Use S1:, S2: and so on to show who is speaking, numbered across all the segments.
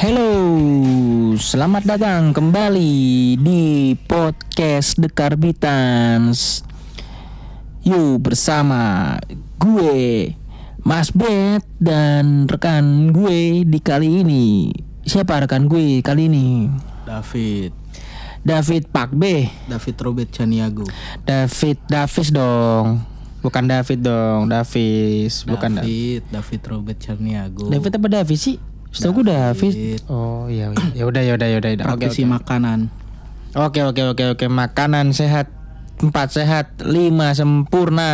S1: Hello, selamat datang kembali di podcast The Karbitans. Yuk bersama gue Mas Bet dan rekan gue di kali ini. Siapa rekan gue kali ini? David Pak B.
S2: David Robert Chaniago.
S1: Davis dong. Bukan David dong, Davis. Bukan
S2: David Robert Chaniago.
S1: David apa Davis sih? Setahu gue David. Oh iya. Ya udah.
S2: Praktisi makanan.
S1: Oke. Makanan sehat, 4 sehat, 5 sempurna.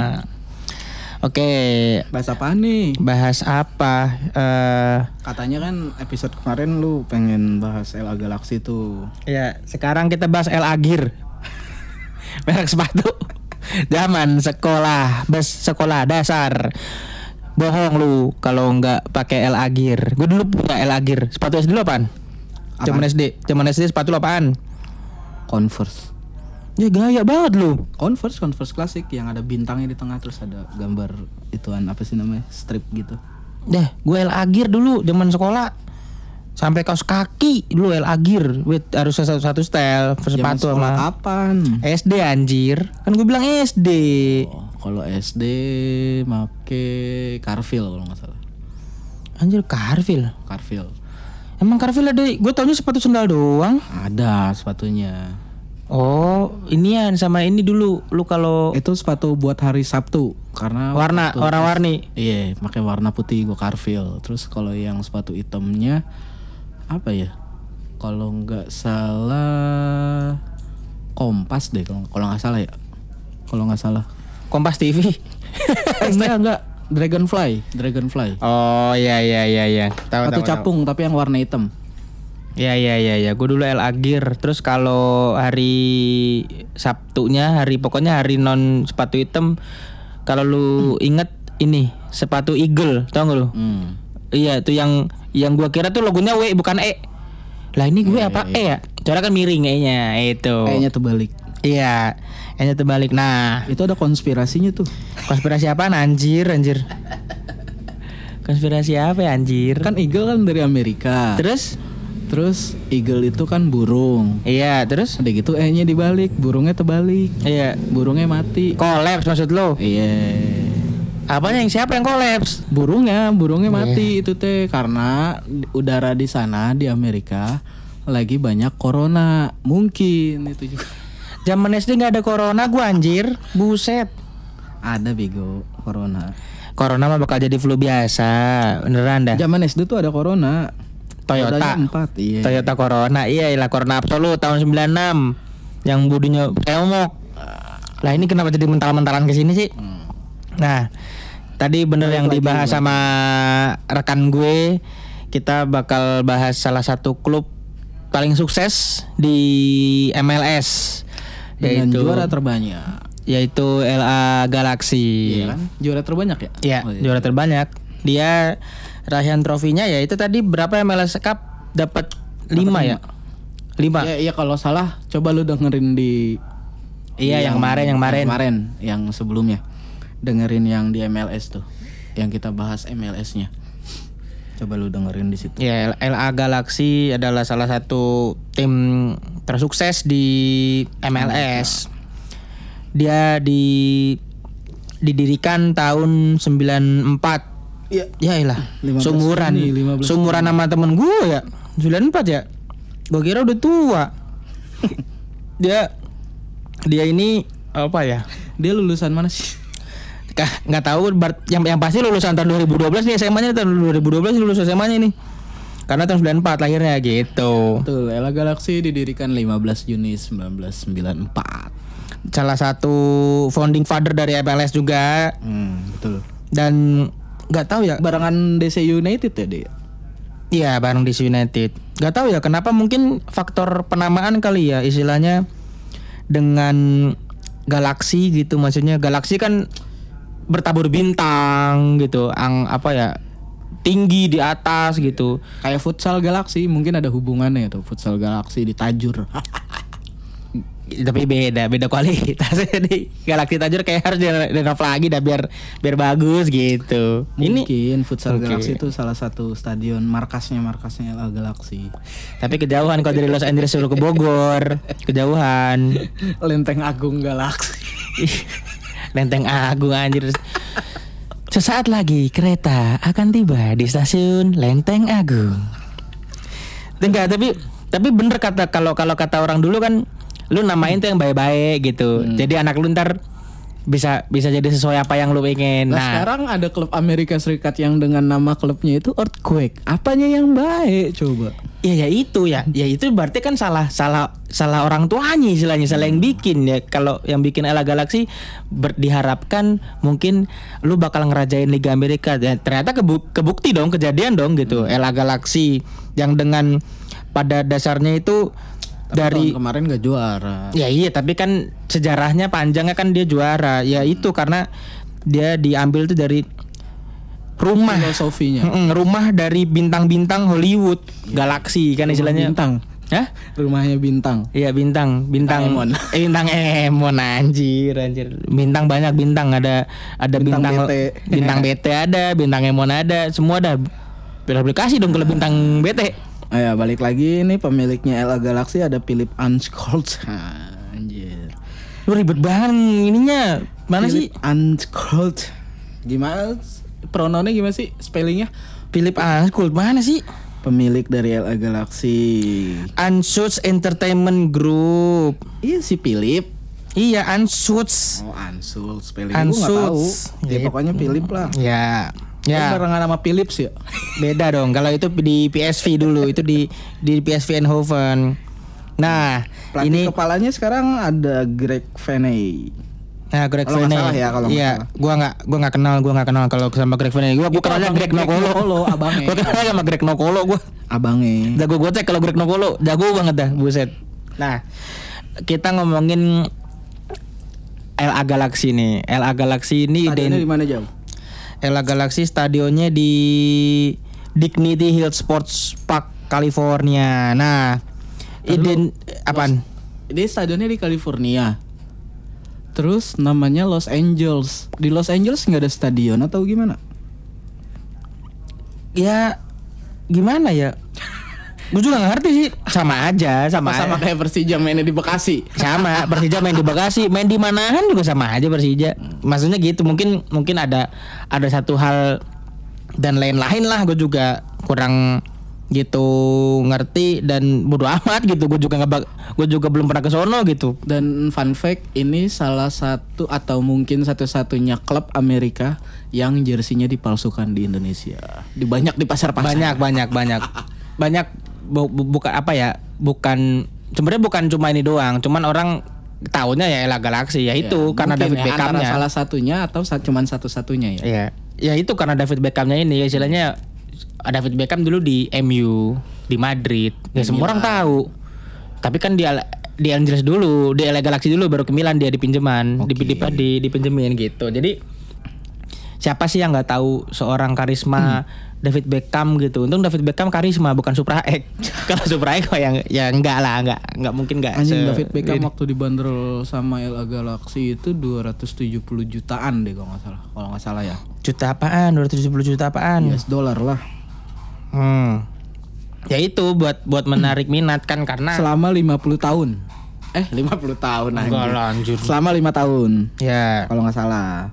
S1: Oke.
S2: Bahas apa nih?
S1: Bahas apa?
S2: Katanya kan episode kemarin lu pengen bahas LA Galaxy tuh.
S1: Ya, sekarang kita bahas LA Gear. Merek sepatu. Zaman sekolah dasar. Bohong lu kalau nggak pakai LA Gear. Gue dulu punya LA Gear. Sepatu SD lu apaan? Cuman SD sepatu lu apaan?
S2: Converse.
S1: Ya gaya banget lu.
S2: Converse klasik yang ada bintangnya di tengah terus ada gambar ituan apa sih namanya? Strip gitu.
S1: Dah, gue LA Gear dulu zaman sekolah. Sampai kaos kaki dulu LA Gear. Harus satu style sepatu sama.
S2: Kapan?
S1: SD anjir. Kan gue bilang SD.
S2: Oh, kalau SD make Carville kalau nggak salah.
S1: Anjir Carville. Emang Carville ada? Gue taunya sepatu sendal doang.
S2: Ada sepatunya.
S1: Oh, inian sama ini dulu. Lu kalau
S2: itu sepatu buat hari Sabtu karena
S1: warna-warni.
S2: Iya, pakai warna putih gue Carville. Terus kalau yang sepatu hitamnya apa ya? Kalau nggak salah Kompas deh kalau nggak salah ya. Kalau nggak salah.
S1: Kompas TV.
S2: Enggak. Dragonfly.
S1: Oh iya.
S2: Sepatu capung tapi yang warna hitam.
S1: Ya. Gue dulu LA Gear. Terus kalau hari Sabtunya, pokoknya hari non sepatu hitam. Kalau lu inget ini sepatu Eagle, tau gak lu? Iya, itu yang gue kira tuh logonya W bukan E. Lah ini gue apa E ya? Soalnya kan miring E-nya itu.
S2: E-nya terbalik.
S1: Iya, E-nya terbalik. Nah,
S2: itu ada konspirasinya tuh.
S1: Konspirasi apaan anjir? Konspirasi apa ya anjir?
S2: Kan Eagle kan dari Amerika. Terus Eagle itu kan burung.
S1: Iya, terus
S2: udah gitu E-nya dibalik, burungnya terbalik.
S1: Iya,
S2: burungnya mati.
S1: Kolaps maksud lo?
S2: Iya.
S1: Apanya siapa yang kolaps?
S2: Burungnya mati itu teh karena udara di sana di Amerika lagi banyak corona. Mungkin itu juga.
S1: Zaman SD enggak ada corona gua anjir. Buset.
S2: Ada bego corona.
S1: Corona mah bakal jadi flu biasa. Beneran dah.
S2: Zaman SD tuh ada corona.
S1: Toyota
S2: 4, iya.
S1: Toyota Corona. Iyalah Corona Absolut tahun 96. Yang budinya keomok. Lah ini kenapa jadi mental-mentalan ke sini sih? Nah, tadi bener yang dibahas sama rekan gue. Kita bakal bahas salah satu klub paling sukses di MLS,
S2: dengan juara terbanyak,
S1: yaitu LA Galaxy.
S2: Iya kan? Juara terbanyak ya?
S1: Iya, juara terbanyak. Dia raihan trofinya ya itu tadi berapa MLS Cup dapat 5 ya? 5.
S2: Iya kalau salah coba lu dengerin di
S1: yang kemarin.
S2: Yang sebelumnya. Dengerin yang di MLS tuh. Yang kita bahas MLS-nya. Coba lu dengerin di situ. Ya,
S1: LA Galaxy adalah salah satu tim tersukses di MLS. Dia didirikan tahun 94.
S2: Iya.
S1: Yailah, sumuran sama temen gue ya. 94 ya. Gue kira udah tua. Dia ini apa ya?
S2: Dia lulusan mana sih?
S1: Nggak tahu, yang pasti lulusan tahun 2012 nih, SMA-nya tahun 2012 lulus SMA-nya ini. Karena tahun 94 lahirnya gitu.
S2: Betul, LA Galaxy didirikan 15 Juni 1994.
S1: Salah satu founding father dari MLS juga.
S2: Betul.
S1: Dan nggak tahu ya,
S2: barengan DC United ya dia.
S1: Iya, bareng DC United. Nggak tahu ya kenapa, mungkin faktor penamaan kali ya istilahnya dengan Galaxy gitu. Maksudnya Galaxy kan bertabur bintang gitu, tinggi di atas gitu.
S2: Kayak futsal Galaxy mungkin ada hubungannya tuh, futsal Galaxy di Tajur.
S1: Tapi beda kualitas. Jadi Galaxy Tajur kayak harus direnov lagi dah biar bagus gitu.
S2: Mungkin Futsal Galaxy itu salah satu stadion markasnya LA Galaxy.
S1: Tapi kejauhan kalau dari Los Angeles suruh ke Bogor, kejauhan.
S2: Lenteng Agung Galaxy.
S1: Lenteng Agung anjir. Sesaat lagi kereta akan tiba di stasiun Lenteng Agung. Enggak, tapi bener kata kalau kata orang dulu kan, lu namain tuh yang baik-baik gitu. Jadi anak lu ntar bisa jadi sesuai apa yang lu pengen.
S2: Nah, sekarang ada klub Amerika Serikat yang dengan nama klubnya itu Earthquake. Apanya yang baik coba?
S1: Ya itu berarti kan salah orang tuanya istilahnya, salah yang bikin ya. Kalau yang bikin LA Galaxy diharapkan mungkin lu bakal ngerajain Liga Amerika. Ya, ternyata kebukti dong, kejadian dong gitu. LA Galaxy yang dengan pada dasarnya itu dari
S2: tahun kemarin gak juara.
S1: Ya iya, tapi kan sejarahnya panjangnya kan dia juara. Ya itu karena dia diambil tuh dari rumah
S2: filosofinya.
S1: Rumah dari bintang-bintang Hollywood, Galaxy kan istilahnya.
S2: Bintang.
S1: Hah?
S2: Rumahnya bintang.
S1: Iya, bintang
S2: Emon.
S1: Bintang Emon anjir. Bintang banyak bintang, ada bintang
S2: BT.
S1: Bintang BT ada, bintang Emon ada, semua ada. Aplikasi dong kalau bintang BT.
S2: Ya balik lagi nih, pemiliknya LA Galaxy ada Philip Anschutz. Anjir.
S1: Lu ribet banget ininya. Mana
S2: Philip
S1: sih?
S2: Anschutz. Gimana pronounnya, gimana sih spellingnya?
S1: Philip Anschutz mana sih?
S2: Pemilik dari LA Galaxy.
S1: Anschutz Entertainment Group.
S2: Iya si Philip.
S1: Iya, Anschutz.
S2: Oh, Anschutz. Spellingnya gue gak tahu. Ya pokoknya Philip lah.
S1: Ya.
S2: Barengan sama Philips ya.
S1: Beda dong. Kalau itu di PSV dulu, itu di PSV Eindhoven. Nah,
S2: pelatih
S1: ini
S2: kepalanya sekarang ada Greg Vanney.
S1: Nah, Greg
S2: Vanney. Kalau ya, kalau
S1: iya, gua nggak kenal kalau sama Greg Vanney. Gua kenalnya Greg Nokolo,
S2: abangnya.
S1: Gua kenal sama Greg Nokolo gua.
S2: Abangnya.
S1: Jago gocek kalau Greg Nokolo, jago banget dah, buset. Nah, kita ngomongin LA Galaxy nih. LA Galaxy ini
S2: stadionnya di mana, Jam?
S1: LA Galaxy stadionnya di Dignity Hill Sports Park, California. Nah, apaan?
S2: Ini stadionnya di California. Terus namanya Los Angeles. Di Los Angeles nggak ada stadion atau gimana?
S1: Ya, gimana ya? Gue juga gak ngerti sih. Sama aja. Sama
S2: kayak Persija mainnya di Bekasi.
S1: Sama, Persija main di Bekasi, main di manahan juga sama aja Persija. Maksudnya gitu, mungkin ada satu hal dan lain-lain lah. Gue juga kurang gitu ngerti dan bodo amat gitu. Gue juga belum pernah ke sono gitu.
S2: Dan fun fact, ini salah satu atau mungkin satu-satunya klub Amerika yang jersinya dipalsukan di Indonesia. Banyak di pasar-pasar.
S1: Banyak bukan apa ya, sebenarnya bukan cuma ini doang, cuman orang taunya ya LA Galaxy ya itu karena David Beckhamnya.
S2: Salah satunya atau cuman satu-satunya ya.
S1: Iya. Ya itu karena David Beckhamnya ini, istilahnya David Beckham dulu di MU, di Madrid. Ya semua orang tahu. Tapi kan di Angeles dulu, di LA Galaxy dulu baru ke Milan dia dipinjeman, dipinjemin gitu. Jadi siapa sih yang nggak tahu seorang karisma David Beckham gitu. Untung David Beckham karisma bukan Supra X. Kalau Supra X ya enggak lah, enggak mungkin enggak.
S2: Anjing, David Beckham waktu dibanderol sama LA Galaxy itu 270 jutaan deh kalau nggak salah ya.
S1: Juta apaan? 270 juta apaan?
S2: US dollar lah.
S1: Ya itu buat menarik minat kan, karena
S2: selama 50 tahun. 50 tahun
S1: anjir.
S2: Selama 5 tahun.
S1: Ya,
S2: kalau nggak salah.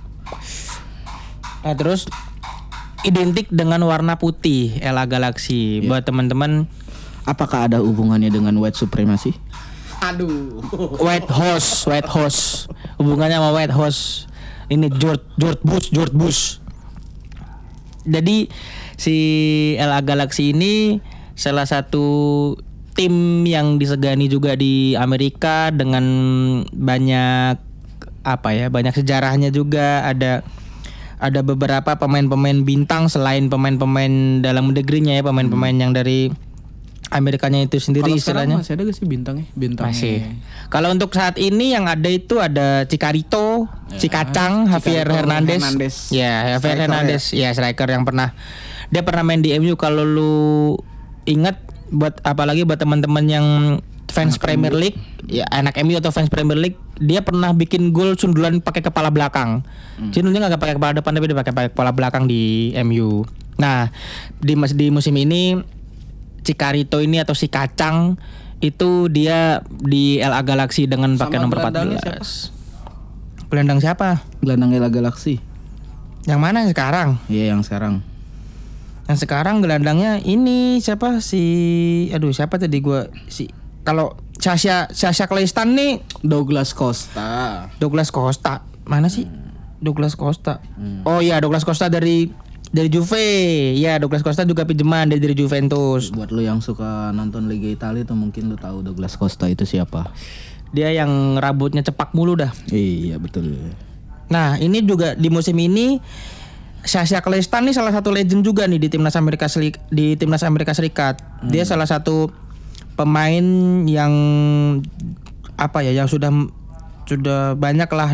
S1: Nah, terus identik dengan warna putih LA Galaxy. Buat teman-teman,
S2: apakah ada hubungannya dengan white supremacy?
S1: Aduh. White House. Hubungannya sama White House. Ini George Bush. Jadi si LA Galaxy ini salah satu tim yang disegani juga di Amerika dengan banyak sejarahnya juga. Ada beberapa pemain-pemain bintang selain pemain-pemain dalam negerinya ya, pemain-pemain yang dari Amerikanya itu sendiri.
S2: Kalau
S1: istilahnya
S2: masih ada gak sih bintangnya?
S1: Masih. Kalau untuk saat ini yang ada itu ada Chicharito, Cikacang, Javier Hernandez. Ya, Javier Hernandez, ya striker yang dia pernah main di MU. Kalau lu ingat, apalagi buat teman-teman yang fans Premier League, ya anak MU atau fans Premier League, dia pernah bikin gol sundulan pakai kepala belakang. Sundulannya nggak pakai kepala depan tapi dia pakai kepala belakang di MU. Nah, di musim ini Cicarito ini atau si Kacang itu dia di LA Galaxy dengan pakai nomor 14. Gelandang siapa?
S2: Gelandang LA Galaxy.
S1: Yang mana sekarang?
S2: Iya, yang sekarang.
S1: Yang sekarang gelandangnya ini siapa siapa tadi gua kalau Sasha Kleistan nih
S2: Douglas Costa.
S1: Mana sih? Douglas Costa. Oh iya, Douglas Costa dari Juve. Ya, Douglas Costa juga pinjaman dari Juventus.
S2: Buat lu yang suka nonton Liga Italia tuh mungkin lu tahu Douglas Costa itu siapa.
S1: Dia yang rambutnya cepak mulu dah.
S2: Iya, betul.
S1: Nah, ini juga di musim ini Sasha Kleistan nih salah satu legend juga nih di timnas Amerika Serikat. Dia salah satu pemain yang yang sudah banyak lah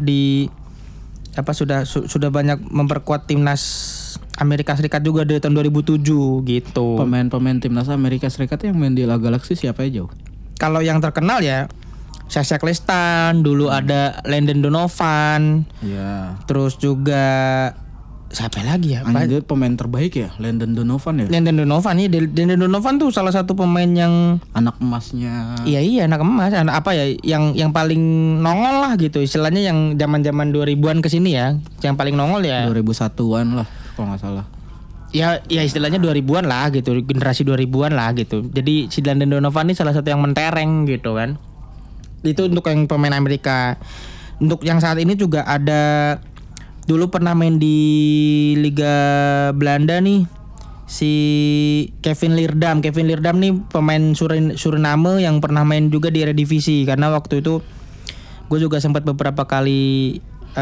S1: sudah banyak memperkuat timnas Amerika Serikat juga dari tahun 2007 gitu.
S2: Pemain-pemain timnas Amerika Serikat yang main di La Galaxy siapa aja?
S1: Kalau yang terkenal ya Sasha Kleistan, dulu ada Landon Donovan.
S2: Iya.
S1: Terus juga siapa lagi ya?
S2: Dia pemain terbaik ya, Landon Donovan ya.
S1: Landon Donovan tuh salah satu pemain yang
S2: anak emasnya.
S1: Iya anak emas, yang paling nongol lah gitu. Istilahnya yang zaman-zaman 2000-an ke sini ya, yang paling nongol ya
S2: 2001-an lah kalau enggak salah.
S1: Ya istilahnya 2000-an lah gitu, generasi 2000-an lah gitu. Jadi si Landon Donovan ini salah satu yang mentereng gitu kan. Itu untuk yang pemain Amerika. Untuk yang saat ini juga ada dulu pernah main di Liga Belanda nih si Kevin Leerdam nih pemain Suriname yang pernah main juga di Eredivisie. Karena waktu itu gue juga sempat beberapa kali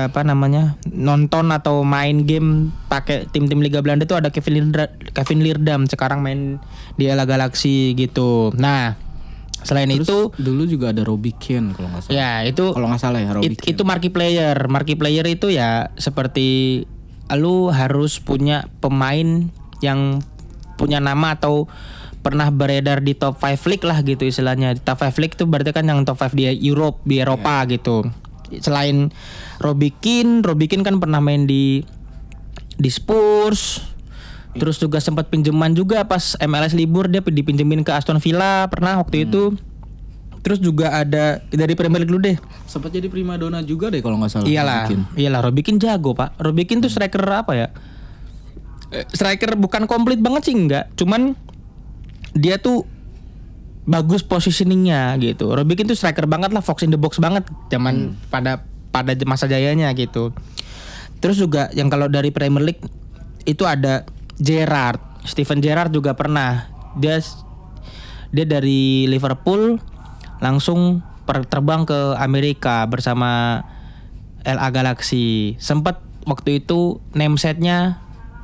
S1: nonton atau main game pakai tim-tim Liga Belanda tuh ada Kevin Leerdam sekarang main di LA Galaxy gitu. Nah, selain terus itu
S2: dulu juga ada Robbie Keane kalau nggak salah.
S1: Ya itu
S2: kalau nggak salah ya Robbie Keane.
S1: Itu marquee player itu ya seperti lu harus punya pemain yang punya nama atau pernah beredar di top 5 league lah gitu istilahnya. Top 5 league itu berarti kan yang top 5 di Eropa gitu. Selain Robbie Keane kan pernah main di Spurs. Terus juga sempat pinjaman juga pas MLS libur dia dipinjemin ke Aston Villa pernah waktu itu. Terus juga ada dari Premier League dulu deh.
S2: Sempat jadi primadona juga deh kalau nggak salah.
S1: Iyalah Robbie Keane jago pak. Robbie Keane tuh striker apa ya? Striker bukan komplit banget sih enggak. Cuman dia tuh bagus positioningnya gitu. Robbie Keane tuh striker banget lah, fox in the box banget zaman pada masa jayanya gitu. Terus juga yang kalau dari Premier League itu ada Steven Gerrard juga pernah. Dia dari Liverpool langsung terbang ke Amerika bersama LA Galaxy. Sempat waktu itu namesetnya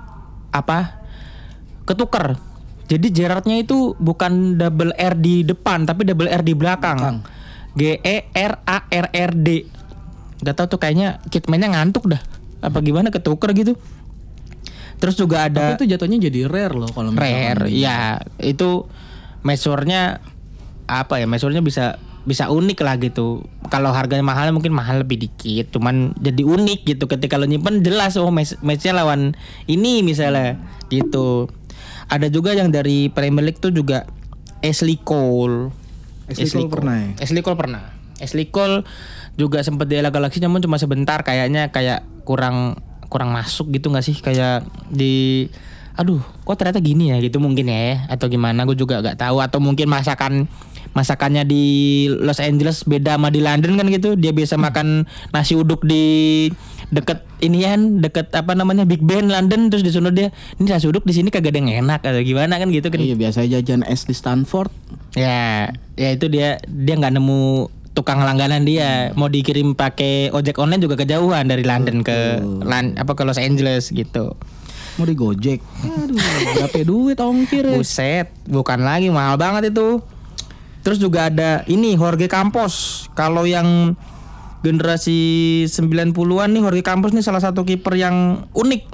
S1: ketuker. Jadi Gerrardnya itu bukan double R di depan tapi double R di belakang. Gerrard. Gak tau tuh kayaknya kitmannya ngantuk dah. Apa gimana ketuker gitu. Terus juga ada.
S2: Tapi itu jatuhnya jadi rare loh kalau
S1: rare. Ya itu measurenya measurenya bisa unik lah gitu. Kalau harganya mahal mungkin mahal lebih dikit, cuman jadi unik gitu. Ketika lo nyimpen jelas matchnya lawan ini misalnya gitu. Ada juga yang dari Premier League tuh juga Ashley Cole pernah. Ashley Cole juga sempat di LA Galaxy namun cuma sebentar kayaknya kayak kurang masuk gitu nggak sih, kayak kok ternyata gini ya gitu mungkin ya atau gimana gue juga nggak tahu, atau mungkin masakannya di Los Angeles beda sama di London kan gitu. Dia biasa makan nasi uduk di deket Big Ben London, terus di sana dia ini nasi uduk di sini kagak ada yang enak atau gimana kan gitu kan.
S2: Iya, biasa jajan es di Stanford.
S1: Ya itu dia nggak nemu tukang langganan dia. Mau dikirim pakai ojek online juga kejauhan dari London ke Los Angeles gitu.
S2: Mau di Gojek. Aduh, berapa duit ongkir ya?
S1: Buset, bukan lagi, mahal banget itu. Terus juga ada ini Jorge Campos. Kalau yang generasi 90-an nih, Jorge Campos nih salah satu kiper yang unik.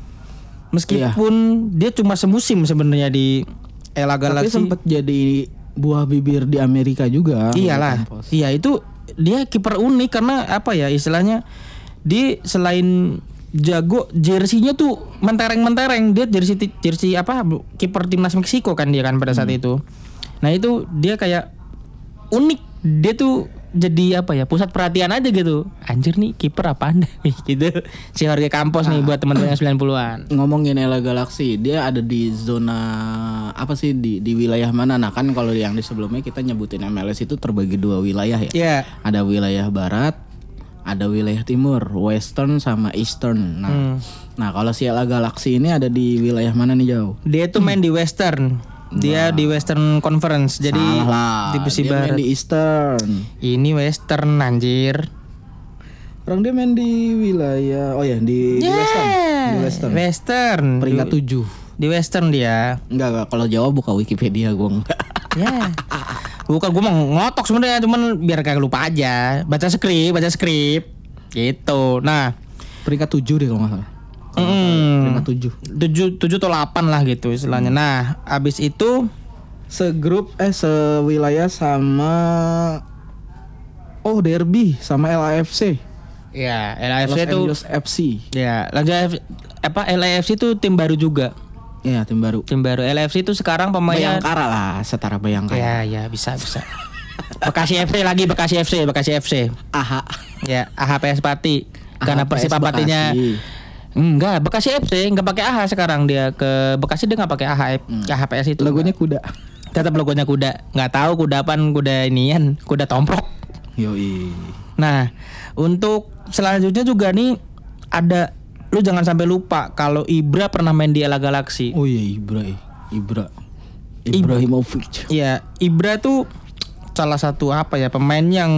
S1: Meskipun dia cuma semusim sebenarnya di LA Galaxy.
S2: Tapi sempat jadi buah bibir di Amerika juga.
S1: Iyalah.
S2: Campos.
S1: Iya, itu dia kiper unik karena apa ya istilahnya, dia selain jago, jersey-nya tuh mentereng-mentereng. Dia jersey apa, kiper timnas Meksiko kan dia kan pada saat itu. Nah itu dia kayak unik, dia tuh jadi apa ya, pusat perhatian aja gitu. Anjir nih kiper apaan gitu. Si Jorge Campos nih buat teman-teman yang 90-an.
S2: Ngomongin LA Galaxy, dia ada di zona apa sih, di wilayah mana? Nah kan kalau yang di sebelumnya kita nyebutin MLS itu terbagi 2 wilayah ya.
S1: Iya.
S2: Ada wilayah barat, ada wilayah timur, western sama eastern. Nah kalau si LA Galaxy ini ada di wilayah mana nih, Jauh?
S1: Dia tuh main di Western. Dia di Western Conference. Jadi
S2: Salah lah,
S1: divisi
S2: dia main
S1: barat.
S2: di eastern.
S1: Ini Western anjir.
S2: Orang dia main di wilayah, oh ya di western. Di western.
S1: Western.
S2: Peringkat 7.
S1: Di Western dia.
S2: Enggak, kalau Jawa buka Wikipedia gue enggak.
S1: Ya. Bukan, gue mau ngotok sebenarnya, cuman biar kagak lupa aja. Baca skrip. Gitu. Nah,
S2: Peringkat 7 deh kalau enggak salah. Peringkat 7.
S1: 7 atau 8 lah gitu istilahnya. Nah, abis itu
S2: Segrup sewilayah sama Derby sama LAFC.
S1: ya
S2: Los
S1: LAFC itu
S2: Angeles FC.
S1: ya lanjut LAFC itu tim baru juga.
S2: Iya, tim baru.
S1: LAFC itu sekarang pemainnya
S2: Bayangkara lah, setara Bayangkara.
S1: ya bisa. Bekasi FC lagi, Bekasi FC.
S2: Aha.
S1: Ya, AHPS Pati. Karena
S2: AHPS
S1: Persib Patinya
S2: Bekasi.
S1: enggak, Bekasi FC enggak pakai AH sekarang, dia ke Bekasi dia enggak pakai AHPS itu.
S2: Logonya kuda.
S1: Tetap logonya kuda. Enggak tahu kuda apaan, kuda inian, kuda tomprok.
S2: Yoi.
S1: Nah, untuk selanjutnya juga nih ada, lu jangan sampai lupa kalau Ibra pernah main di LA Galaxy.
S2: Oh iya, Ibrahimovic.
S1: Iya, Ibra tuh salah satu apa ya, pemain yang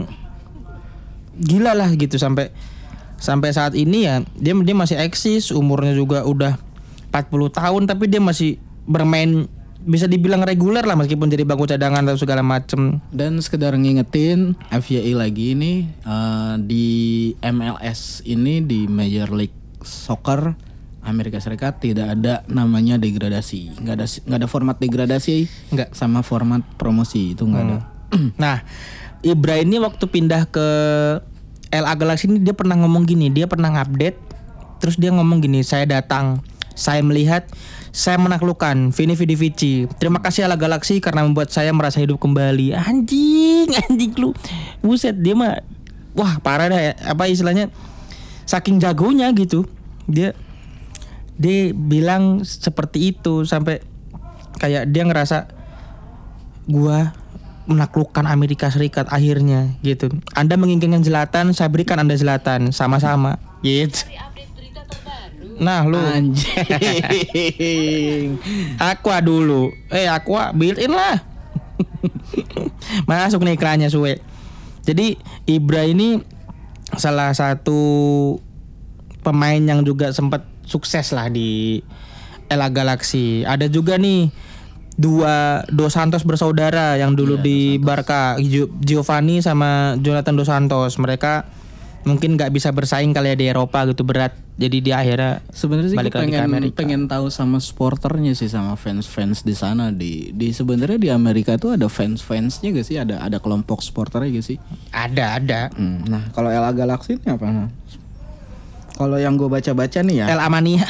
S1: gila lah gitu sampai saat ini ya. Dia masih eksis, umurnya juga udah 40 tahun tapi dia masih bermain bisa dibilang reguler lah meskipun jadi bangku cadangan atau segala macem.
S2: Dan sekedar ngingetin FYI lagi ini di MLS ini, di Major League Soccer Amerika Serikat tidak ada namanya degradasi. Nggak ada format degradasi,
S1: Nggak.
S2: sama format promosi itu nggak ada.
S1: Nah, Ibra ini waktu pindah ke LA Galaxy ini dia pernah ngomong gini, dia pernah ngupdate, terus dia ngomong gini, saya datang, saya melihat, saya menaklukkan Vini Vici. Terima kasih LA Galaxy karena membuat saya merasa hidup kembali. Anjing lu, buset, dia mah, wah parah dah ya, apa istilahnya, saking jagonya gitu, dia bilang seperti itu sampai kayak dia ngerasa gua menaklukkan Amerika Serikat akhirnya gitu. Anda menginginkan Zlatan, saya berikan Anda Zlatan, sama-sama gitu. Nah lu
S2: Anjing.
S1: Aqua dulu, Aqua built in lah. Masuk nih iklannya suwe. Jadi Ibra ini salah satu pemain yang juga sempat sukses lah di LA Galaxy. Ada juga nih Dos Santos bersaudara yang dulu di Barca, Giovanni sama Jonathan Dos Santos. Mereka mungkin nggak bisa bersaing kali ya di Eropa gitu, berat. Jadi dia akhirnya
S2: Sebenarnya sih
S1: balik lagi ke Amerika.
S2: pengen tahu sama supporternya sih, sama fans di sana. Di sebenarnya di Amerika tuh ada fansnya gak sih? Ada kelompok supporternya gak sih?
S1: Ada.
S2: Nah kalau LA Galaxy ini apa? Kalau yang gue baca-baca nih ya,
S1: LA Mania.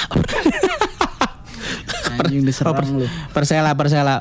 S2: anjing diserang lu.
S1: Persela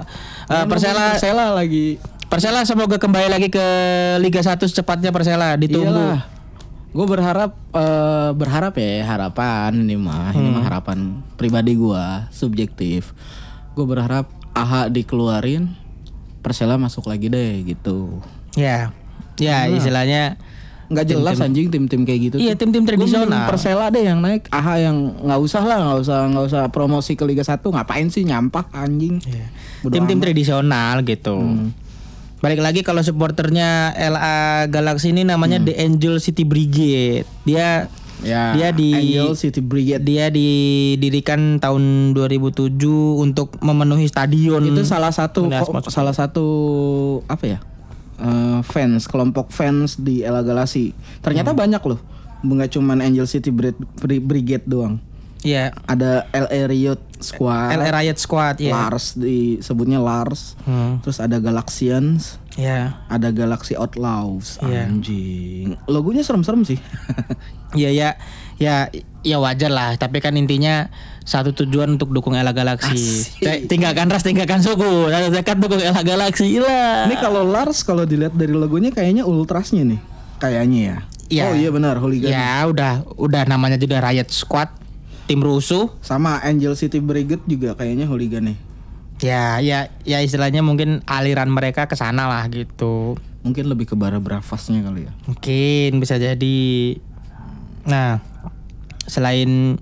S2: lagi.
S1: Persela semoga kembali lagi ke Liga 1 secepatnya. Persela ditunggu.
S2: Iyalah. Gue berharap harapan ini mah harapan pribadi gue, subjektif. Gue berharap AHA dikeluarin, Persela masuk lagi deh gitu.
S1: Ya istilahnya
S2: Nggak jelas anjing tim-tim kayak gitu.
S1: Iya,
S2: tuh.
S1: tim-tim
S2: Gua mending
S1: tradisional.
S2: Persela deh yang naik, AHA yang nggak usah promosi ke Liga 1. Ngapain sih nyampah anjing. Bodo
S1: tim-tim
S2: amat.
S1: tradisional gitu. Balik lagi kalau supporternya LA Galaxy ini namanya The Angel City Brigade. Dia
S2: Angel City Brigade.
S1: Dia didirikan tahun 2007 untuk memenuhi stadion.
S2: Itu salah satu apa ya? Kelompok fans di LA Galaxy. Ternyata banyak loh. Nggak cuman Angel City Brigade doang.
S1: Iya.
S2: Ada LA Riot Squad.
S1: LA Riot Squad ya.
S2: Lars disebutnya Lars. Terus ada Galaxians.
S1: Iya.
S2: Ada Galaxy Outlaws.
S1: Iya.
S2: Anjing. Logonya serem-serem sih.
S1: Iya ya wajar lah. Tapi kan intinya satu tujuan untuk dukung Ella Galaxy. Tinggalkan ras, tinggalkan suku. Dekat dukung Ella Galaxy lah.
S2: Ini kalau Lars kalau dilihat dari logonya kayaknya Ultrasnya nih. Kayaknya ya.
S1: Iya.
S2: Oh iya benar, Hooligan.
S1: Ya udah namanya juga Riot Squad, tim rusuh.
S2: Sama Angel City Brigade juga kayaknya Hooligan nih.
S1: Ya istilahnya mungkin aliran mereka ke sana lah gitu.
S2: Mungkin lebih ke Bara Bravasnya kali ya.
S1: Mungkin bisa jadi. Nah, selain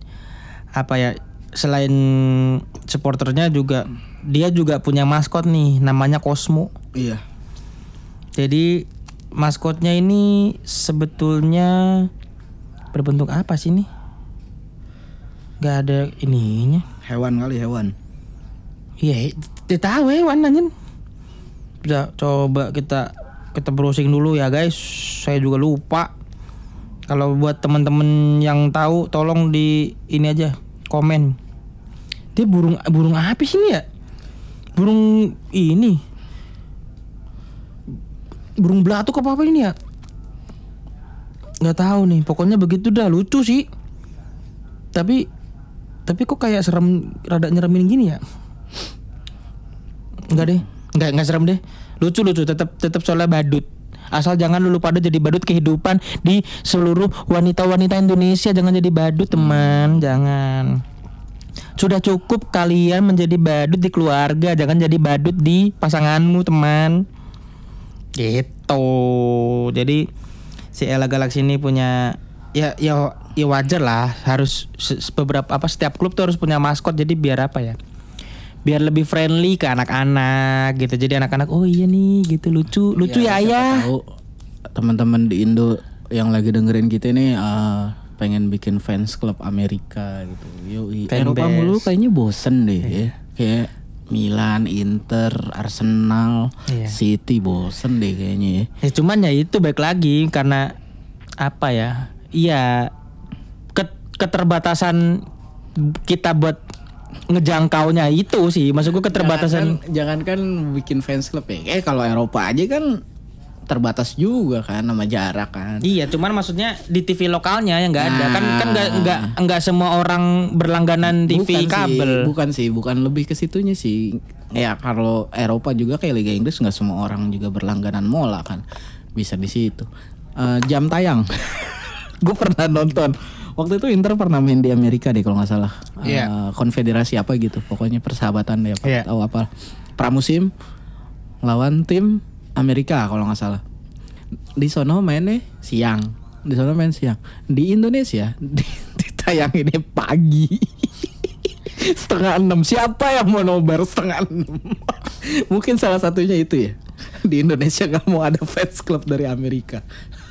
S1: supporternya juga dia juga punya maskot nih namanya Cosmo.
S2: Iya.
S1: Jadi maskotnya ini sebetulnya berbentuk apa sih nih? Gak ada ininya.
S2: Hewan kali, hewan.
S1: Iya, tidak tahu hewan anjing. Bisa coba kita browsing dulu ya guys. Saya juga lupa. Kalau buat teman-teman yang tahu tolong di ini aja komen. Dia burung apa sih ini ya? Burung ini. Burung belatuk apa ini ya? Nggak tahu nih. Pokoknya begitu dah, lucu sih. Tapi kok kayak serem, rada nyeremin gini ya? Enggak deh. Enggak serem deh. Lucu tetap soalnya badut. Asal jangan lu pada jadi badut kehidupan di seluruh wanita-wanita Indonesia. Jangan jadi badut teman, jangan. Sudah cukup kalian menjadi badut di keluarga, jangan jadi badut di pasanganmu teman. Gitu. Jadi si Ella Galaxy ini punya ya wajar lah, harus setiap klub tuh harus punya maskot. Jadi biar apa ya? Biar lebih friendly ke anak-anak gitu. Jadi anak-anak oh iya nih gitu, lucu ya ayah.
S2: Tahu teman-teman di Indo yang lagi dengerin kita nih pengen bikin fans klub Amerika gitu. Yoi. Eropa mulu kayaknya bosen deh ya. Kayak Milan, Inter, Arsenal, City bosen deh kayaknya ya.
S1: Ya cuman ya itu baik lagi karena apa ya? Iya keterbatasan kita buat ngejangkaunya itu sih. Maksudku keterbatasan.
S2: Jangankan bikin fans club ya. Kalau Eropa aja kan terbatas juga kan sama jarak kan.
S1: Iya, cuman maksudnya di TV lokalnya yang nggak ada kan nggak semua orang berlangganan TV kabel.
S2: Bukan lebih ke situnya sih. Ya kalau Eropa juga kayak Liga Inggris nggak semua orang juga berlangganan mola kan. Bisa di situ. Jam tayang. Gue pernah nonton. Waktu itu Inter pernah main di Amerika deh kalau nggak salah. Konfederasi apa gitu. Pokoknya persahabatan deh. Tahu apa? Pramusim lawan tim Amerika kalau nggak salah. Di sono mainnya siang. Di Indonesia ditayanginnya pagi. 5:30. Siapa yang mau nobar 5:30? Mungkin salah satunya itu ya. Di Indonesia nggak mau ada fans club dari Amerika.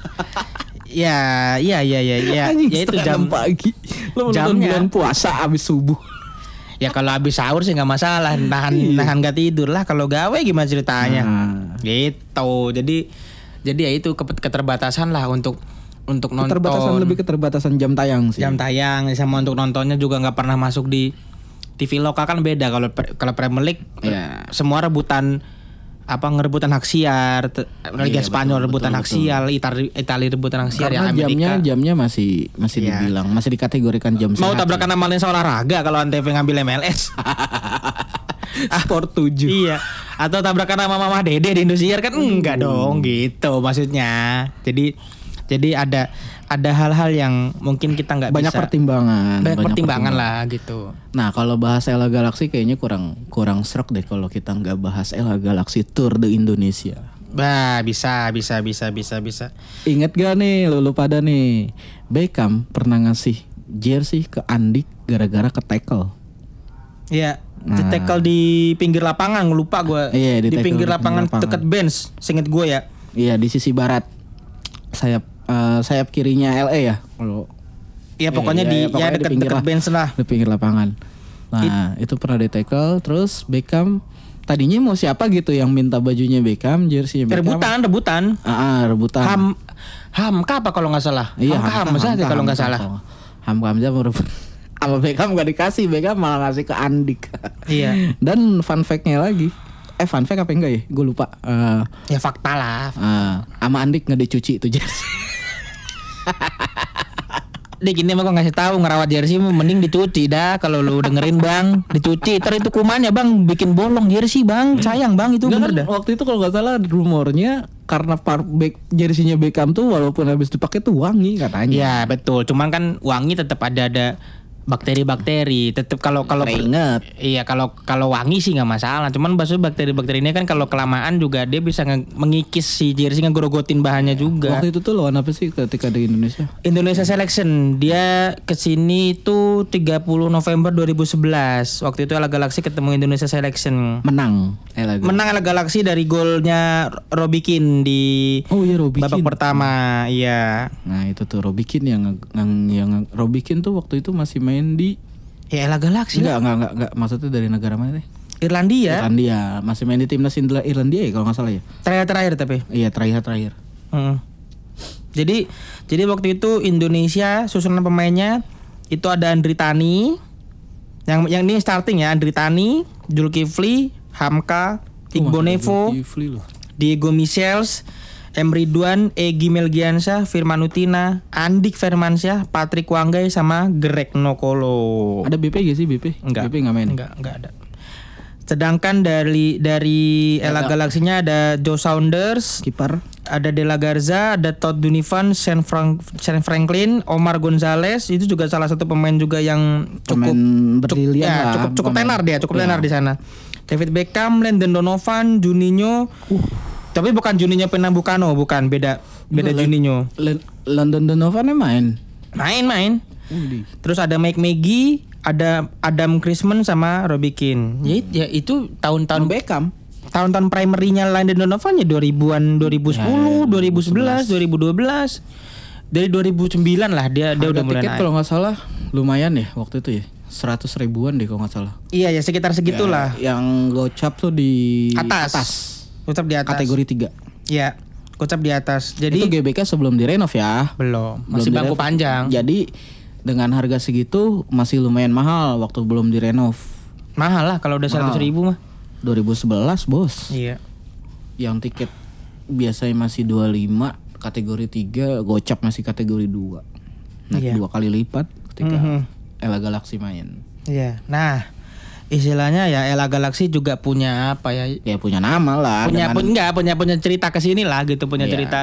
S1: Iya. Ya itu jam
S2: pagi. Lo nonton bulan puasa abis subuh.
S1: Ya kalau habis sahur sih nggak masalah, nahan nggak tidur lah. Kalau gawe gimana ceritanya? Gitu. Jadi ya itu keterbatasan lah untuk nonton.
S2: Keterbatasan jam tayang sih.
S1: Jam tayang sama untuk nontonnya juga nggak pernah masuk di TV lokal kan beda. Kalau Premier League semua rebutan ngerebutan hak siar, Liga Spanyol rebutan hak siar, Italia rebutan hak siar,
S2: ya Amerika. Jamnya masih dibilang, masih dikategorikan jam sehat.
S1: Mau tabrakan sama lensa olahraga kalau Antv ngambil MLS.
S2: Sport 7.
S1: Iya. Atau tabrakan sama Mama Dede di Indosiar kan enggak dong gitu maksudnya. Jadi ada hal-hal yang mungkin kita nggak bisa.
S2: Banyak pertimbangan
S1: lah gitu.
S2: Nah kalau bahas Ella Galaxy kayaknya kurang serok deh kalau kita nggak bahas Ella Galaxy Tour de Indonesia.
S1: Bah bisa.
S2: Ingat gak nih lu pada nih Beckham pernah ngasih jersey ke Andik gara-gara ke tackle.
S1: Iya. Di tackle di pinggir lapangan, lupa gue.
S2: Iya,
S1: di pinggir lapangan dekat bench, seinget gue ya.
S2: Iya di sisi barat. Sayap kirinya LA ya kalau.
S1: Iya pokoknya dekat bench lah.
S2: Di pinggir lapangan. Nah itu pernah di tackle. Terus Beckham tadinya mau siapa gitu yang minta bajunya Beckham, jersey Beckham.
S1: Rebutan.
S2: Rebutan.
S1: Hamka apa kalau nggak salah?
S2: Iya,
S1: Hamka kalau nggak salah.
S2: Hamka merebut. Sama Beckham gak dikasih, Beckham malah ngasih ke Andik.
S1: Iya.
S2: Dan fun fact-nya lagi. Fun fact apa enggak ya? Gue lupa.
S1: Ya fakta lah.
S2: Sama Andik nggak dicuci itu jersey.
S1: Dik ini mah kok ngasih tahu ngerawat jersey mending dicuci dah kalau lu dengerin bang, dicuci. Ntar itu kumannya bang bikin bolong jersey bang, sayang bang itu
S2: Nggak
S1: bener
S2: kan,
S1: dah.
S2: waktu itu kalau nggak salah rumornya karena jersey-nya Beckham tuh walaupun habis dipakai tuh wangi katanya.
S1: Ya betul, cuman kan wangi tetap ada bakteri-bakteri. Tetap kalau
S2: Keringet.
S1: iya kalau wangi sih nggak masalah. Cuman maksudnya bakteri-bakteri ini kan kalau kelamaan juga dia bisa mengikis si jersey, ngegrogotin bahannya juga.
S2: Waktu itu tuh lawan apa sih ketika di Indonesia?
S1: Indonesia Selection dia kesini itu 30 November 2011. Waktu itu LA Galaxy ketemu Indonesia Selection.
S2: Menang. Lagi.
S1: Menang LA Galaxy dari golnya Robbie Keane di
S2: Oh iya Robbie
S1: babak
S2: Keane.
S1: pertama. Iya.
S2: Nah itu tuh Robbie Keane yang Robbie Keane tuh waktu itu masih main di
S1: Ya LA Galaxy.
S2: enggak maksudnya dari negara mana nih?
S1: Irlandia.
S2: Irlandia, masih main di timnas Irlandia ya kalau nggak salah ya.
S1: Terakhir tapi.
S2: Iya terakhir.
S1: Jadi waktu itu Indonesia susunan pemainnya itu ada Andri Tani. Yang ini starting ya, Andri Tani, Zulkifli, Hamka, Iqbal Nevo, Diego Michels, M. Ridwan, Egy Melgiansyah, Firman Utina, Andik Firmansyah, Patrick Wanggai sama Greg Nokolo.
S2: Ada BP gak sih BP?
S1: Enggak.
S2: BP nggak main.
S1: Enggak ada. Sedangkan dari LA Galaxy-nya ada Joe Saunders,
S2: Kiper.
S1: ada De La Garza, ada Todd Dunivan, Shane Franklin, Omar Gonzalez, itu juga salah satu pemain juga yang cukup
S2: berlian lah.
S1: cukup tenar dia, tenar di sana. David Beckham, Landon Donovan, Juninho. Tapi bukan Juninho Pernambucano, bukan, beda Juninho.
S2: London Donovan main.
S1: Main. Terus ada Mike Maggie, ada Adam Christman sama Robbie Keane. Ya itu tahun-tahun
S2: Beckham.
S1: Tahun-tahun primary-nya Landon Donovan ya 2000-an, 2010, 2011, 2012. Dari 2009 lah dia udah mulai
S2: tiket
S1: naik.
S2: kalau nggak salah lumayan ya waktu itu ya. 100 ribuan deh kalau nggak salah.
S1: Iya ya sekitar segitulah.
S2: Yang gocap tuh di
S1: atas. Gocap di atas.
S2: Kategori 3.
S1: Iya, gocap di atas. Jadi
S2: itu GBK sebelum direnov ya.
S1: Belum, masih bangku panjang.
S2: Jadi dengan harga segitu masih lumayan mahal waktu belum direnov.
S1: Mahal lah kalau udah 100 ribu mah.
S2: 2011 bos.
S1: Iya.
S2: Yang tiket biasanya masih 25, kategori 3, gocap masih kategori 2. Naik 2 kali lipat ketika LA Galaxy main.
S1: Iya. Nah, istilahnya ya LA Galaxy juga punya apa ya?
S2: Ya punya nama lah.
S1: Punya cerita ke sini lah gitu, punya cerita.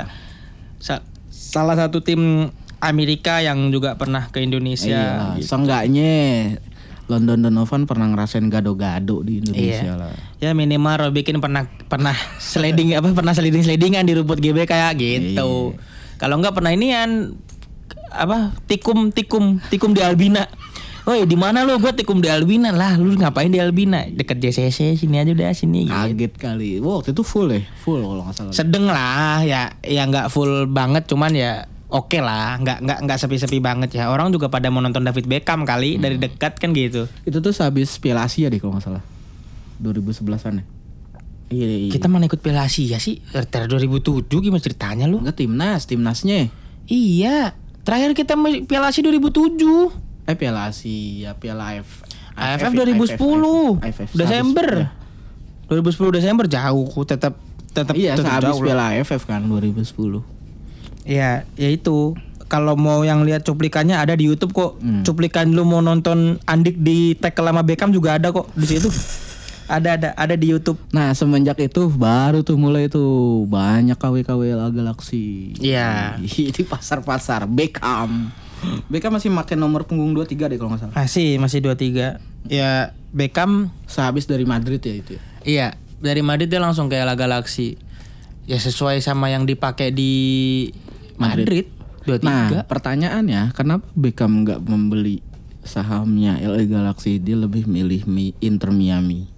S1: Salah satu tim Amerika yang juga pernah ke Indonesia.
S2: Gitu. Seenggaknya London Donovan pernah ngerasain gado-gado di Indonesia lah.
S1: Ya minimal Robbie Keane pernah sliding slidingan di rumput GB kayak gitu. Kalau enggak pernah inian tikum di Albina. Woi di mana lu? Gua tikum di Albina lah. Lu ngapain di Albina? Deket JCC sini aja udah sini.
S2: Kaget kali. Waktu itu full kalau nggak salah.
S1: Sedeng lah ya nggak full banget cuman ya oke lah, nggak sepi-sepi banget ya. Orang juga pada mau nonton David Beckham kali dari dekat kan gitu.
S2: Itu tuh sehabis Piala Asia deh kalau nggak salah. 2011-an ya. Iya.
S1: Kita mana ikut Piala Asia sih? Dari 2007 gimana ceritanya lu?
S2: Enggak timnasnya.
S1: Iya, terakhir kita Piala Asia 2007.
S2: Piala Asia, Piala
S1: AFF 2010 Desember. 2010 Desember jauh tetap
S2: iya sehabis
S1: jauh
S2: Piala AFF kan 2010.
S1: Iya, ya itu. Kalau mau yang lihat cuplikannya ada di YouTube kok. Cuplikan lu mau nonton Andik di tackle sama Beckham juga ada kok di situ. ada di YouTube.
S2: Nah, semenjak itu baru tuh mulai tuh banyak KW-KW LA Galaxy.
S1: Iya.
S2: Di pasar-pasar Beckham masih pakai nomor punggung 23 deh kalau enggak salah.
S1: Masih 23. Ya, Beckham
S2: sehabis dari Madrid ya itu ya.
S1: Iya, dari Madrid dia langsung ke LA Galaxy. Ya sesuai sama yang dipakai di Madrid 23.
S2: Nah, pertanyaannya kenapa Beckham nggak membeli sahamnya LA Galaxy, dia lebih milih Inter Miami?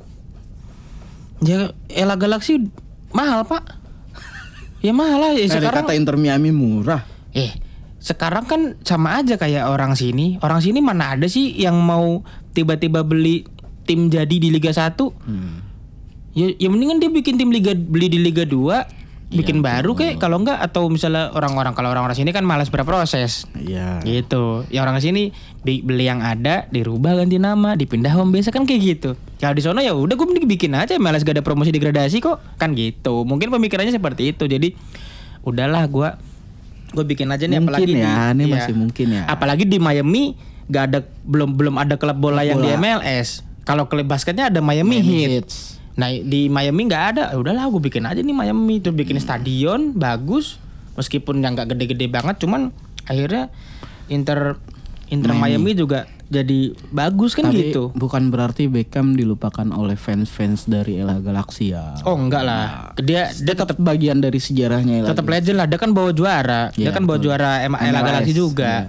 S1: Ya LA Galaxy mahal, Pak. Ya mahal lah ya sekarang.
S2: Kata Inter Miami murah.
S1: Sekarang kan sama aja kayak orang sini. Orang sini mana ada sih yang mau tiba-tiba beli tim jadi di Liga 1? Ya mendingan dia bikin tim beli di Liga 2. bikin baru kayak kalau enggak, atau misalnya kalau orang-orang sini kan malas berproses.
S2: Iya.
S1: Gitu. Ya orang sini beli yang ada, dirubah ganti nama, dipindah home base kan kayak gitu. Kalau di sono ya udah gue mending bikin aja, malas gak ada promosi degradasi kok. Kan gitu. Mungkin pemikirannya seperti itu. Jadi udahlah gue bikin aja nih,
S2: Mungkin
S1: apalagi
S2: ya, ini masih mungkin ya.
S1: Apalagi di Miami gak ada, belum ada klub bola yang di MLS. Kalau klub basketnya ada Miami Heat. Nah di Miami nggak ada, udahlah gue bikin aja nih Miami, terus bikin stadion bagus, meskipun yang nggak gede-gede banget, cuman akhirnya Inter Miami juga jadi bagus kan.
S2: Tapi
S1: gitu.
S2: bukan berarti Beckham dilupakan oleh fans dari LA Galaxy ya.
S1: Oh enggak lah, dia
S2: tetap bagian dari sejarahnya LA.
S1: tetap legend lah, dia kan bawa juara, dia kan bawa juara LA Galaxy juga.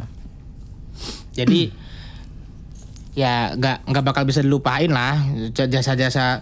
S1: Jadi ya nggak bakal bisa dilupain lah jasa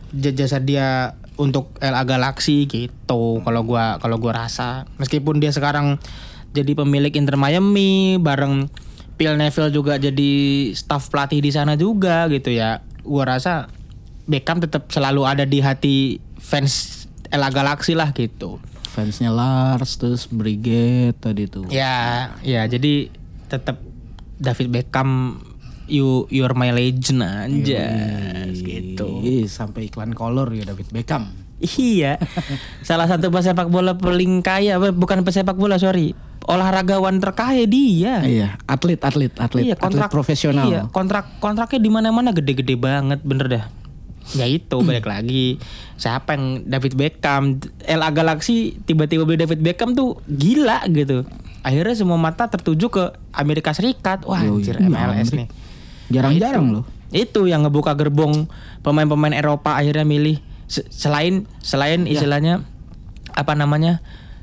S1: dia untuk LA Galaxy gitu. Kalau gua rasa, meskipun dia sekarang jadi pemilik Inter Miami, bareng Phil Neville juga jadi staf pelatih di sana juga gitu ya. Gua rasa Beckham tetap selalu ada di hati fans LA Galaxy lah gitu.
S2: Fansnya Lars, terus Brigade tadi tuh.
S1: Ya, jadi tetap David Beckham, you're my legend aja gitu.
S2: Sampai iklan kolor ya David Beckham.
S1: Iya. Salah satu pesepak bola paling kaya, bukan pesepak bola, sorry, olahragawan terkaya dia.
S2: Iya, atlet
S1: Iya, kontrak
S2: profesional.
S1: Iya, kontraknya di mana-mana gede-gede banget, bener dah. Ya itu balik lagi, siapa yang David Beckham, LA Galaxy tiba-tiba beli David Beckham tuh gila gitu. Akhirnya semua mata tertuju ke Amerika Serikat. Wah, anjir, MLS nih.
S2: Jarang-jarang loh.
S1: Itu yang ngebuka gerbong pemain-pemain Eropa akhirnya milih selain istilahnya apa namanya,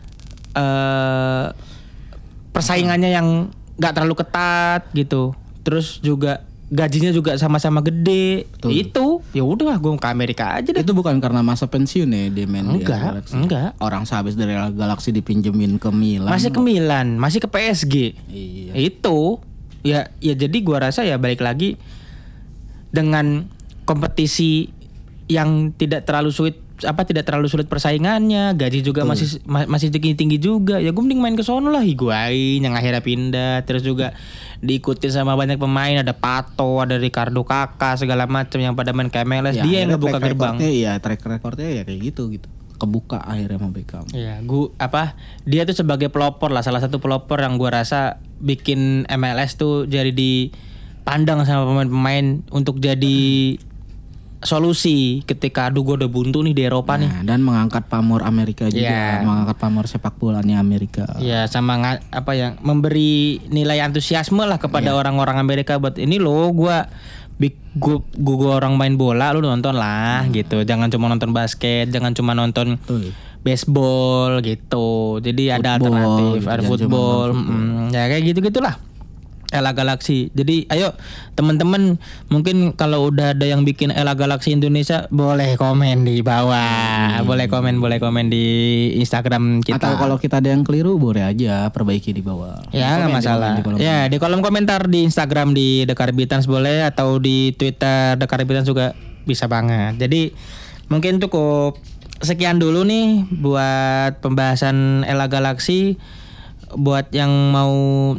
S1: persaingannya yang nggak terlalu ketat gitu. Terus juga gajinya juga sama-sama gede. Betul. Itu ya udah gue ke Amerika aja deh.
S2: Itu bukan karena masa pensiun ya dia main di Galaxy.
S1: Enggak.
S2: Orang sehabis dari Galaxy dipinjemin ke Milan.
S1: Masih ke Milan, masih ke PSG.
S2: Iya.
S1: Itu ya jadi gue rasa ya balik lagi dengan kompetisi yang tidak terlalu sulit persaingannya, gaji juga masih tinggi juga. Ya gue mending main ke sono lah, Higuain yang akhirnya pindah, terus juga diikutin sama banyak pemain, ada Pato, ada Ricardo Kakak segala macam yang pada main ke MLS.
S2: Ya,
S1: dia yang ngebuka gerbang.
S2: Iya, track recordnya ya kayak gitu. Kebuka akhirnya sama Beckham.
S1: Iya, dia tuh sebagai pelopor lah, salah satu pelopor yang gue rasa bikin MLS tuh jadi dipandang sama pemain-pemain untuk jadi solusi ketika gue udah buntu nih di Eropa nih.
S2: Dan mengangkat pamor Amerika juga, mengangkat pamor sepak bolanya Amerika.
S1: Ya, sama memberi nilai antusiasme lah kepada orang-orang Amerika buat ini loh, gue orang main bola, lu nonton lah gitu. Jangan cuma nonton basket, jangan cuma nonton baseball gitu. Jadi ada alternatif, ada football. Ya kayak gitu-gitulah LA Galaxy. Jadi ayo teman-teman, mungkin kalau udah ada yang bikin LA Galaxy Indonesia boleh komen di bawah. Boleh komen di Instagram kita.
S2: Atau kalau kita ada yang keliru boleh aja perbaiki di bawah.
S1: Ya nggak masalah. Di kolom komentar di Instagram di The Karbitans boleh, atau di Twitter The Karbitans juga bisa banget. Jadi mungkin cukup sekian dulu nih buat pembahasan LA Galaxy. Buat yang mau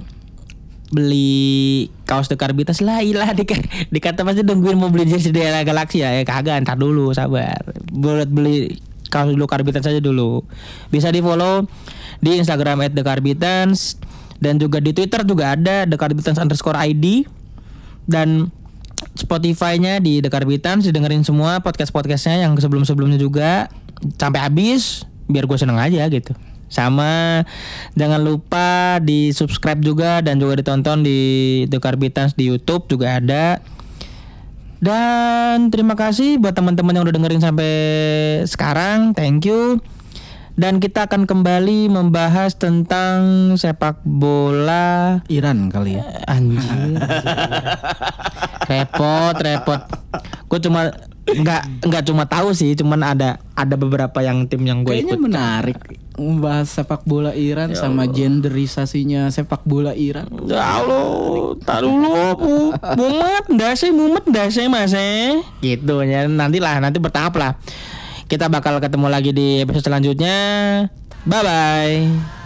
S1: beli kaos The Karbitans lah, dikata pasti nungguin mau beli jersey The Galaxy ya kagak, ntar dulu sabar. Buat beli kaos dulu Karbitans aja dulu. Bisa di follow di Instagram @thekarbitans, dan juga di Twitter juga ada @thekarbitans_id, dan Spotify-nya di The Karbitans. Didengerin semua podcast-podcastnya yang sebelum-sebelumnya juga sampai habis biar gue seneng aja gitu. Sama jangan lupa di subscribe juga dan juga ditonton di The Karbitans di YouTube juga ada. Dan terima kasih buat teman-teman yang udah dengerin sampai sekarang, thank you. Dan kita akan kembali membahas tentang sepak bola
S2: Iran kali ya.
S1: Anjir. repot. Gue cuma nggak cuma tahu sih, cuman ada beberapa yang tim yang gue ikut.
S2: Kayaknya menarik membahas sepak bola Iran sama genderisasinya sepak bola Iran.
S1: Ya Allah, tar dulu mumet ndak sih mas gitu ya, nanti bertahap lah. Kita bakal ketemu lagi di episode selanjutnya. Bye bye.